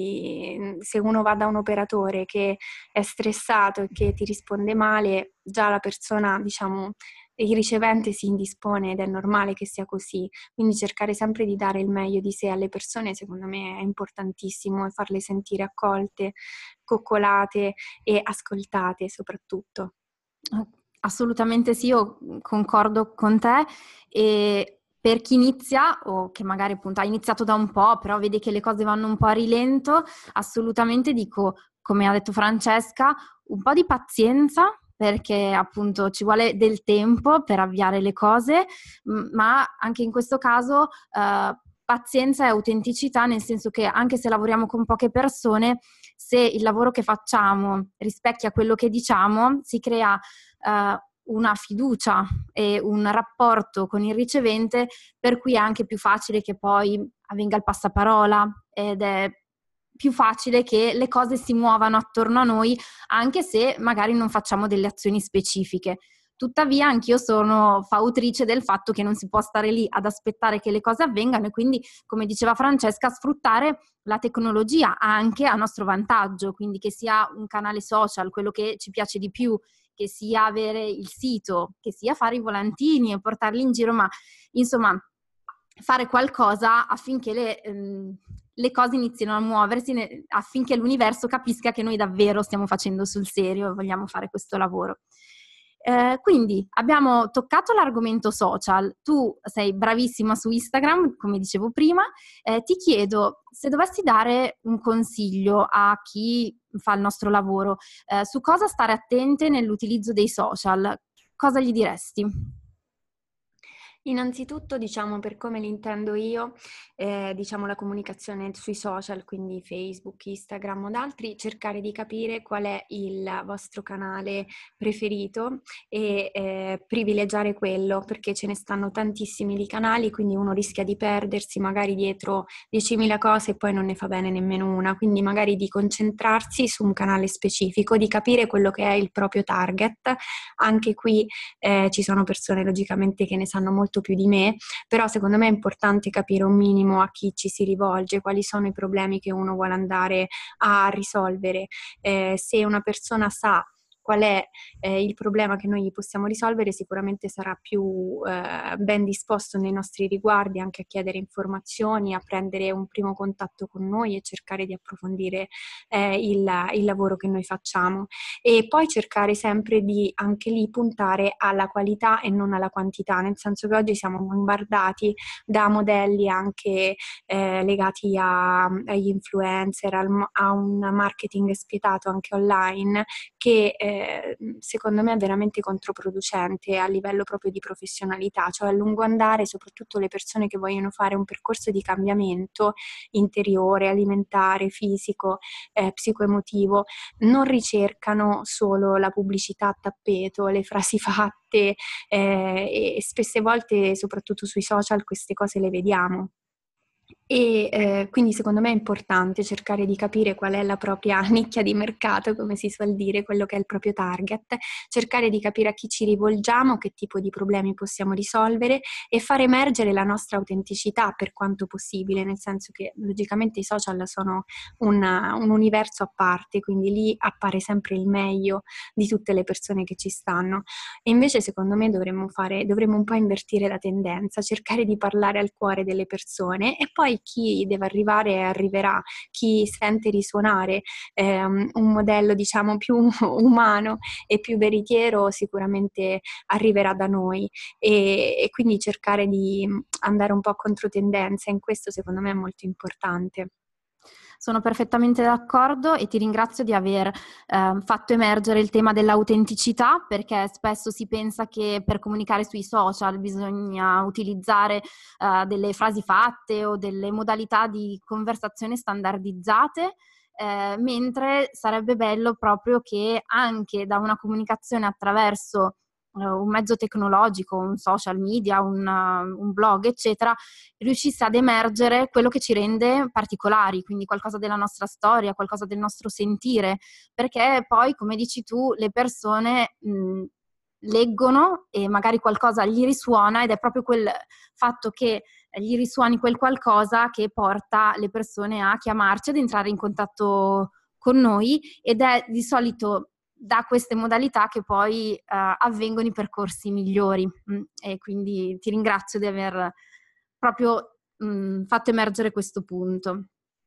di, se uno va da un operatore che è stressato e che ti risponde male, già la persona, diciamo, il ricevente si indispone ed è normale che sia così, quindi cercare sempre di dare il meglio di sé alle persone secondo me è importantissimo e farle sentire accolte, coccolate e ascoltate soprattutto. Assolutamente sì, io concordo con te e per chi inizia o che magari appunto ha iniziato da un po' però vede che le cose vanno un po' a rilento, assolutamente dico, come ha detto Francesca, un po' di pazienza perché appunto ci vuole del tempo per avviare le cose, ma anche in questo caso eh, pazienza e autenticità, nel senso che anche se lavoriamo con poche persone, se il lavoro che facciamo rispecchia quello che diciamo, si crea Uh, una fiducia e un rapporto con il ricevente per cui è anche più facile che poi avvenga il passaparola ed è più facile che le cose si muovano attorno a noi anche se magari non facciamo delle azioni specifiche. Tuttavia anch'io sono fautrice del fatto che non si può stare lì ad aspettare che le cose avvengano e quindi, come diceva Francesca, sfruttare la tecnologia anche a nostro vantaggio, quindi che sia un canale social, quello che ci piace di più, che sia avere il sito, che sia fare i volantini e portarli in giro, ma insomma fare qualcosa affinché le, ehm, le cose inizino a muoversi, ne, affinché l'universo capisca che noi davvero stiamo facendo sul serio e vogliamo fare questo lavoro. Eh, quindi abbiamo toccato l'argomento social, tu sei bravissima su Instagram, come dicevo prima, eh, ti chiedo se dovessi dare un consiglio a chi fa il nostro lavoro, eh, su cosa stare attente nell'utilizzo dei social, cosa gli diresti? Innanzitutto, diciamo, per come l'intendo io, eh, diciamo la comunicazione sui social, quindi Facebook, Instagram o altri, cercare di capire qual è il vostro canale preferito e eh, privilegiare quello, perché ce ne stanno tantissimi di canali, quindi uno rischia di perdersi magari dietro diecimila cose e poi non ne fa bene nemmeno una, quindi magari di concentrarsi su un canale specifico, di capire quello che è il proprio target. Anche qui eh, ci sono persone logicamente che ne sanno molto più di me, però secondo me è importante capire un minimo a chi ci si rivolge, quali sono i problemi che uno vuole andare a risolvere. Eh, se una persona sa qual è eh, il problema che noi gli possiamo risolvere, sicuramente sarà più eh, ben disposto nei nostri riguardi anche a chiedere informazioni, a prendere un primo contatto con noi e cercare di approfondire eh, il, il lavoro che noi facciamo. E poi cercare sempre di anche lì puntare alla qualità e non alla quantità, nel senso che oggi siamo bombardati da modelli anche eh, legati a, agli influencer, al, a un marketing spietato anche online che eh, secondo me è veramente controproducente a livello proprio di professionalità, cioè a lungo andare soprattutto le persone che vogliono fare un percorso di cambiamento interiore, alimentare, fisico, eh, psicoemotivo, non ricercano solo la pubblicità a tappeto, le frasi fatte eh, e spesse volte soprattutto sui social queste cose le vediamo. E eh, quindi secondo me è importante cercare di capire qual è la propria nicchia di mercato, come si suol dire, quello che è il proprio target, cercare di capire a chi ci rivolgiamo, che tipo di problemi possiamo risolvere e far emergere la nostra autenticità per quanto possibile, nel senso che logicamente i social sono un, un universo a parte, quindi lì appare sempre il meglio di tutte le persone che ci stanno. E invece secondo me dovremmo fare, dovremmo un po' invertire la tendenza, cercare di parlare al cuore delle persone e poi chi deve arrivare arriverà, chi sente risuonare ehm, un modello diciamo più umano e più veritiero sicuramente arriverà da noi e, e quindi cercare di andare un po' contro tendenza, in questo secondo me è molto importante. Sono perfettamente d'accordo e ti ringrazio di aver eh, fatto emergere il tema dell'autenticità, perché spesso si pensa che per comunicare sui social bisogna utilizzare eh, delle frasi fatte o delle modalità di conversazione standardizzate, eh, mentre sarebbe bello proprio che anche da una comunicazione attraverso un mezzo tecnologico, un social media, una, un blog, eccetera, riuscisse ad emergere quello che ci rende particolari, quindi qualcosa della nostra storia, qualcosa del nostro sentire, perché poi, come dici tu, le persone mh, leggono e magari qualcosa gli risuona ed è proprio quel fatto che gli risuoni quel qualcosa che porta le persone a chiamarci, ad entrare in contatto con noi ed è di solito da queste modalità che poi uh, avvengono i percorsi migliori mm, e quindi ti ringrazio di aver proprio mh, fatto emergere questo punto.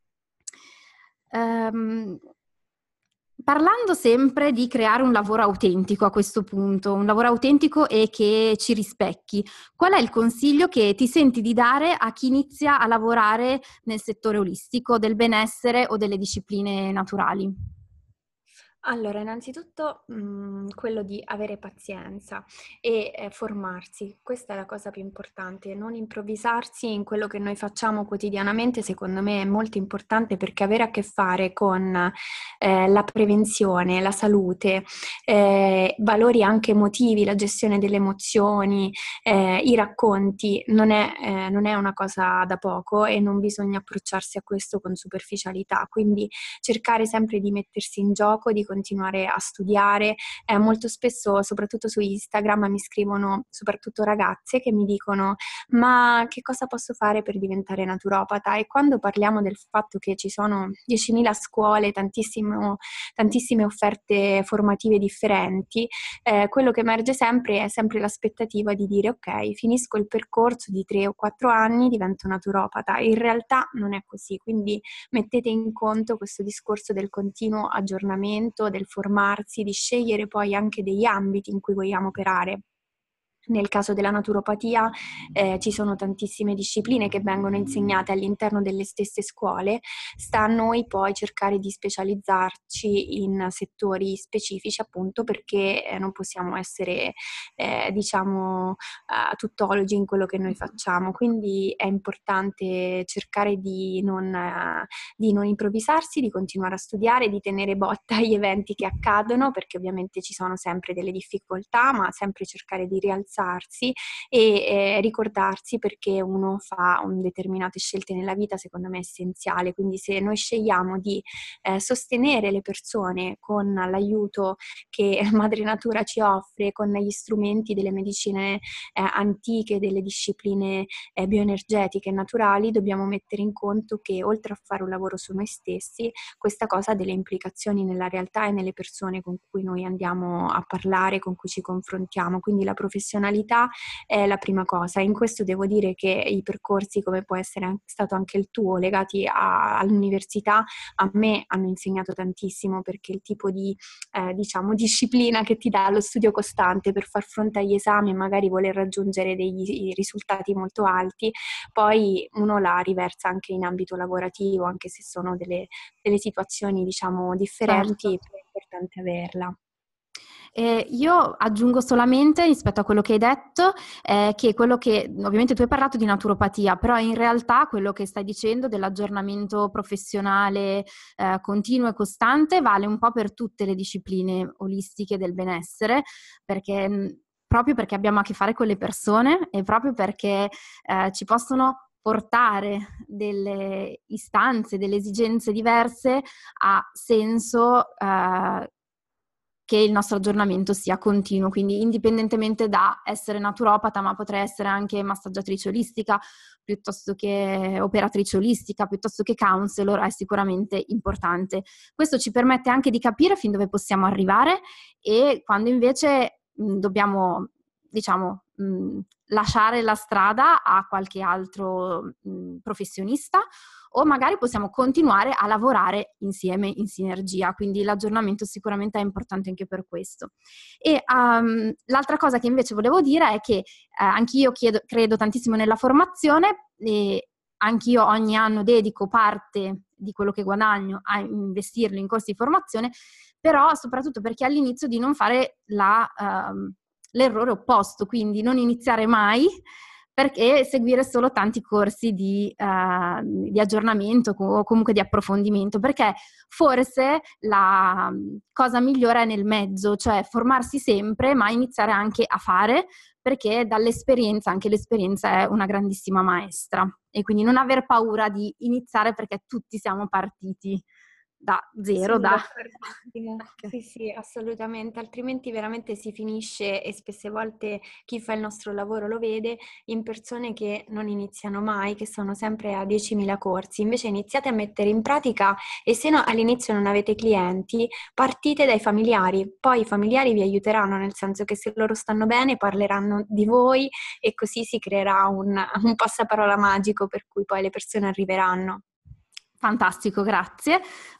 Um, parlando sempre di creare un lavoro autentico a questo punto, un lavoro autentico e che ci rispecchi, qual è il consiglio che ti senti di dare a chi inizia a lavorare nel settore olistico, del benessere o delle discipline naturali? Allora, innanzitutto mh, quello di avere pazienza e eh, formarsi, questa è la cosa più importante, non improvvisarsi in quello che noi facciamo quotidianamente, secondo me è molto importante perché avere a che fare con eh, la prevenzione, la salute, eh, valori anche emotivi, la gestione delle emozioni, eh, i racconti, non è, eh, non è una cosa da poco e non bisogna approcciarsi a questo con superficialità, quindi cercare sempre di mettersi in gioco, di continuare a studiare. Eh, molto spesso, soprattutto su Instagram, mi scrivono soprattutto ragazze che mi dicono ma che cosa posso fare per diventare naturopata? E quando parliamo del fatto che ci sono diecimila scuole, tantissime offerte formative differenti, eh, quello che emerge sempre è sempre l'aspettativa di dire ok, finisco il percorso di tre o quattro anni, divento naturopata. In realtà non è così, quindi mettete in conto questo discorso del continuo aggiornamento, percorso, del formarsi, di scegliere poi anche degli ambiti in cui vogliamo operare. Nel caso della naturopatia eh, ci sono tantissime discipline che vengono insegnate all'interno delle stesse scuole, sta a noi poi cercare di specializzarci in settori specifici, appunto perché eh, non possiamo essere eh, diciamo uh, tuttologi in quello che noi facciamo, quindi è importante cercare di non, uh, di non improvvisarsi, di continuare a studiare, di tenere botta agli eventi che accadono, perché ovviamente ci sono sempre delle difficoltà, ma sempre cercare di rialzare e eh, ricordarsi perché uno fa un determinate scelte nella vita, secondo me è essenziale. Quindi se noi scegliamo di eh, sostenere le persone con l'aiuto che Madre Natura ci offre, con gli strumenti delle medicine eh, antiche, delle discipline eh, bioenergetiche e naturali, dobbiamo mettere in conto che oltre a fare un lavoro su noi stessi, questa cosa ha delle implicazioni nella realtà e nelle persone con cui noi andiamo a parlare, con cui ci confrontiamo. Quindi la professionalità è la prima cosa. In questo devo dire che i percorsi, come può essere anche stato anche il tuo, legati a, all'università, a me hanno insegnato tantissimo, perché il tipo di eh, diciamo disciplina che ti dà lo studio costante per far fronte agli esami e magari voler raggiungere dei risultati molto alti, poi uno la riversa anche in ambito lavorativo, anche se sono delle, delle situazioni diciamo differenti, Certo. però è importante averla. Eh, io aggiungo solamente rispetto a quello che hai detto eh, che quello che ovviamente tu hai parlato di naturopatia, però in realtà quello che stai dicendo dell'aggiornamento professionale eh, continuo e costante vale un po' per tutte le discipline olistiche del benessere, perché mh, proprio perché abbiamo a che fare con le persone e proprio perché eh, ci possono portare delle istanze, delle esigenze diverse, ha senso eh, che il nostro aggiornamento sia continuo, quindi indipendentemente da essere naturopata, ma potrei essere anche massaggiatrice olistica, piuttosto che operatrice olistica, piuttosto che counselor, è sicuramente importante. Questo ci permette anche di capire fin dove possiamo arrivare e quando invece mh, dobbiamo, diciamo, mh, lasciare la strada a qualche altro mh, professionista, o magari possiamo continuare a lavorare insieme in sinergia, quindi l'aggiornamento sicuramente è importante anche per questo. E um, l'altra cosa che invece volevo dire è che eh, anch'io chiedo, credo tantissimo nella formazione e anch'io ogni anno dedico parte di quello che guadagno a investirlo in corsi di formazione, però soprattutto perché all'inizio di non fare la, um, l'errore opposto, quindi non iniziare mai, perché seguire solo tanti corsi di, uh, di aggiornamento o comunque di approfondimento, perché forse la cosa migliore è nel mezzo, cioè formarsi sempre ma iniziare anche a fare, perché dall'esperienza, anche l'esperienza è una grandissima maestra, e quindi non aver paura di iniziare perché tutti siamo partiti da zero, Sono da... d'accordissimo. Okay. Sì, sì, assolutamente, altrimenti veramente si finisce, e spesse volte chi fa il nostro lavoro lo vede, in persone che non iniziano mai, che sono sempre a diecimila corsi. Invece iniziate a mettere in pratica, e se no all'inizio non avete clienti, partite dai familiari, poi i familiari vi aiuteranno, nel senso che se loro stanno bene parleranno di voi e così si creerà un, un passaparola magico per cui poi le persone arriveranno. Fantastico, grazie.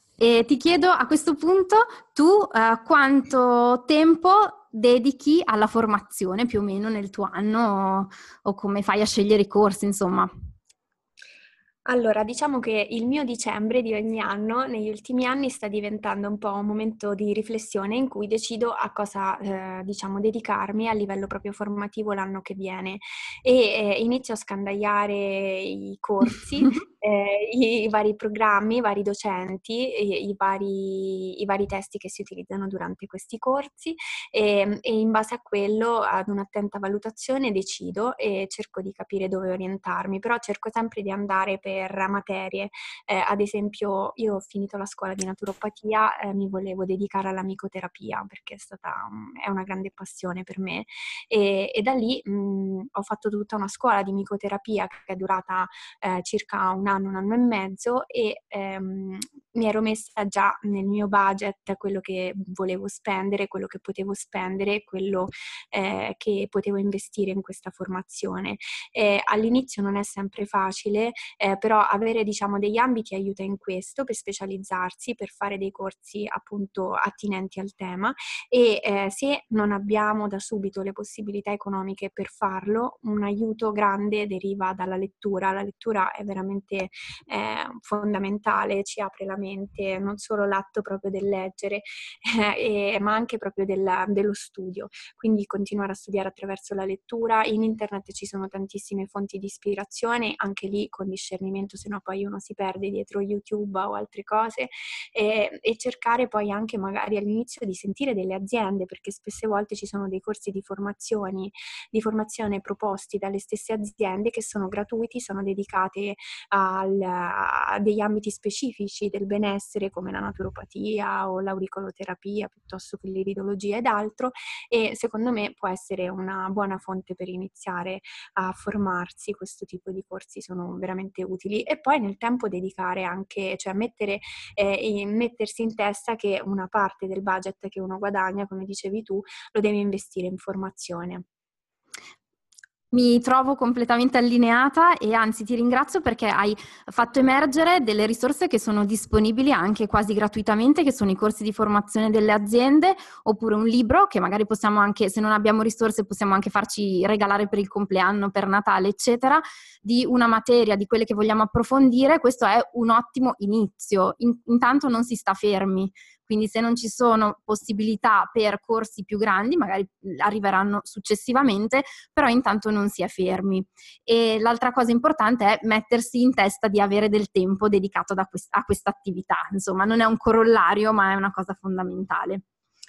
E ti chiedo a questo punto, tu eh, quanto tempo dedichi alla formazione più o meno nel tuo anno, o, o come fai a scegliere i corsi, insomma? Allora, diciamo che il mio dicembre di ogni anno, negli ultimi anni, sta diventando un po' un momento di riflessione in cui decido a cosa, eh, diciamo, dedicarmi a livello proprio formativo l'anno che viene, e eh, inizio a scandagliare i corsi, eh, i, i vari programmi, i vari docenti, i, i vari, i vari testi che si utilizzano durante questi corsi, e, e in base a quello, ad un'attenta valutazione, decido e cerco di capire dove orientarmi, però cerco sempre di andare per materie. Eh, ad esempio, io ho finito la scuola di naturopatia, eh, mi volevo dedicare alla micoterapia perché è stata è una grande passione per me, e, e da lì mh, ho fatto tutta una scuola di micoterapia che è durata eh, circa un anno, un anno e mezzo e ehm, mi ero messa già nel mio budget quello che volevo spendere, quello che potevo spendere, quello eh, che potevo investire in questa formazione. Eh, all'inizio non è sempre facile, eh, però avere diciamo degli ambiti aiuta in questo, per specializzarsi, per fare dei corsi appunto attinenti al tema e eh, se non abbiamo da subito le possibilità economiche per farlo, un aiuto grande deriva dalla lettura. La lettura è veramente eh, fondamentale, ci apre la mente, non solo l'atto proprio del leggere, eh, e, ma anche proprio del, dello studio. Quindi continuare a studiare attraverso la lettura. In internet ci sono tantissime fonti di ispirazione, anche lì con discernimento, se no poi uno si perde dietro YouTube o altre cose, e, e cercare poi anche magari all'inizio di sentire delle aziende, perché spesse volte ci sono dei corsi di formazioni, di formazione proposti dalle stesse aziende che sono gratuiti, sono dedicate al, a degli ambiti specifici del benessere come la naturopatia o l'auricoloterapia piuttosto che l'iridologia ed altro, e secondo me può essere una buona fonte per iniziare a formarsi. Questo tipo di corsi sono veramente utili e poi nel tempo dedicare anche, cioè mettere, eh, in, mettersi in testa che una parte del budget che uno guadagna, come dicevi tu, lo deve investire in formazione. Mi trovo completamente allineata e anzi ti ringrazio perché hai fatto emergere delle risorse che sono disponibili anche quasi gratuitamente, che sono i corsi di formazione delle aziende, oppure un libro che magari possiamo anche, se non abbiamo risorse, possiamo anche farci regalare per il compleanno, per Natale, eccetera, di una materia, di quelle che vogliamo approfondire. Questo è un ottimo inizio. In, intanto non si sta fermi. Quindi se non ci sono possibilità per corsi più grandi, magari arriveranno successivamente, però intanto non si è fermi. E l'altra cosa importante è mettersi in testa di avere del tempo dedicato da quest- a questa attività. Insomma, non è un corollario, ma è una cosa fondamentale.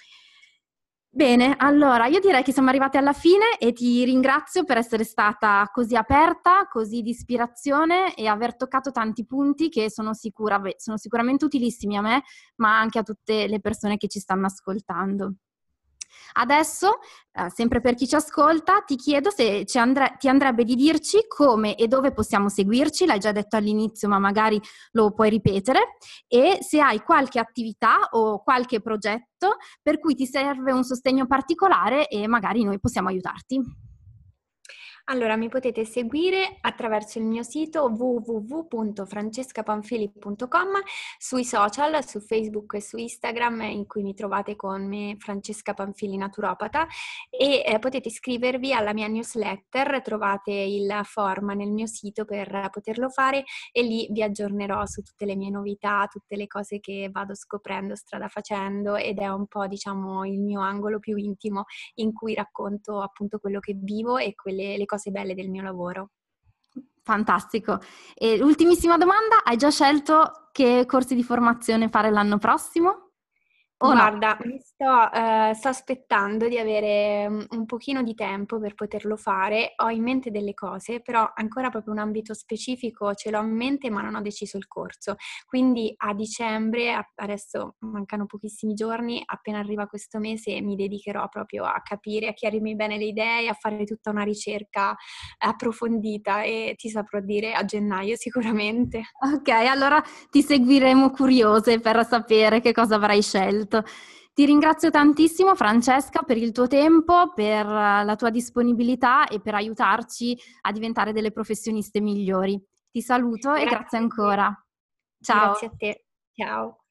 Bene, allora io direi che siamo arrivati alla fine e ti ringrazio per essere stata così aperta, così di ispirazione e aver toccato tanti punti che sono sicura, sono sicuramente utilissimi a me, ma anche a tutte le persone che ci stanno ascoltando. Adesso, eh, sempre per chi ci ascolta, ti chiedo se ci andre- ti andrebbe di dirci come e dove possiamo seguirci, l'hai già detto all'inizio ma magari lo puoi ripetere, e se hai qualche attività o qualche progetto per cui ti serve un sostegno particolare e magari noi possiamo aiutarti. Allora, mi potete seguire attraverso il mio sito w w w punto francesca panfili punto com, sui social, su Facebook e su Instagram, in cui mi trovate con me Francesca Panfili Naturopata, e eh, potete iscrivervi alla mia newsletter, trovate il form nel mio sito per poterlo fare e lì vi aggiornerò su tutte le mie novità, tutte le cose che vado scoprendo strada facendo, ed è un po', diciamo, il mio angolo più intimo in cui racconto appunto quello che vivo e quelle le cose belle del mio lavoro. Fantastico. E ultimissima domanda, hai già scelto che corsi di formazione fare l'anno prossimo? O Guarda, no? mi sto, eh, sto aspettando di avere un, un pochino di tempo per poterlo fare, ho in mente delle cose, però ancora proprio un ambito specifico ce l'ho in mente, ma non ho deciso il corso. Quindi a dicembre, a- adesso mancano pochissimi giorni, appena arriva questo mese mi dedicherò proprio a capire, a chiarirmi bene le idee, a fare tutta una ricerca approfondita e ti saprò dire a gennaio sicuramente. Ok, allora ti seguiremo curiose per sapere che cosa avrai scelto. Ti ringrazio tantissimo Francesca per il tuo tempo, per la tua disponibilità e per aiutarci a diventare delle professioniste migliori. Ti saluto e Grazie grazie a te. ancora. Ciao. Grazie a te. Ciao.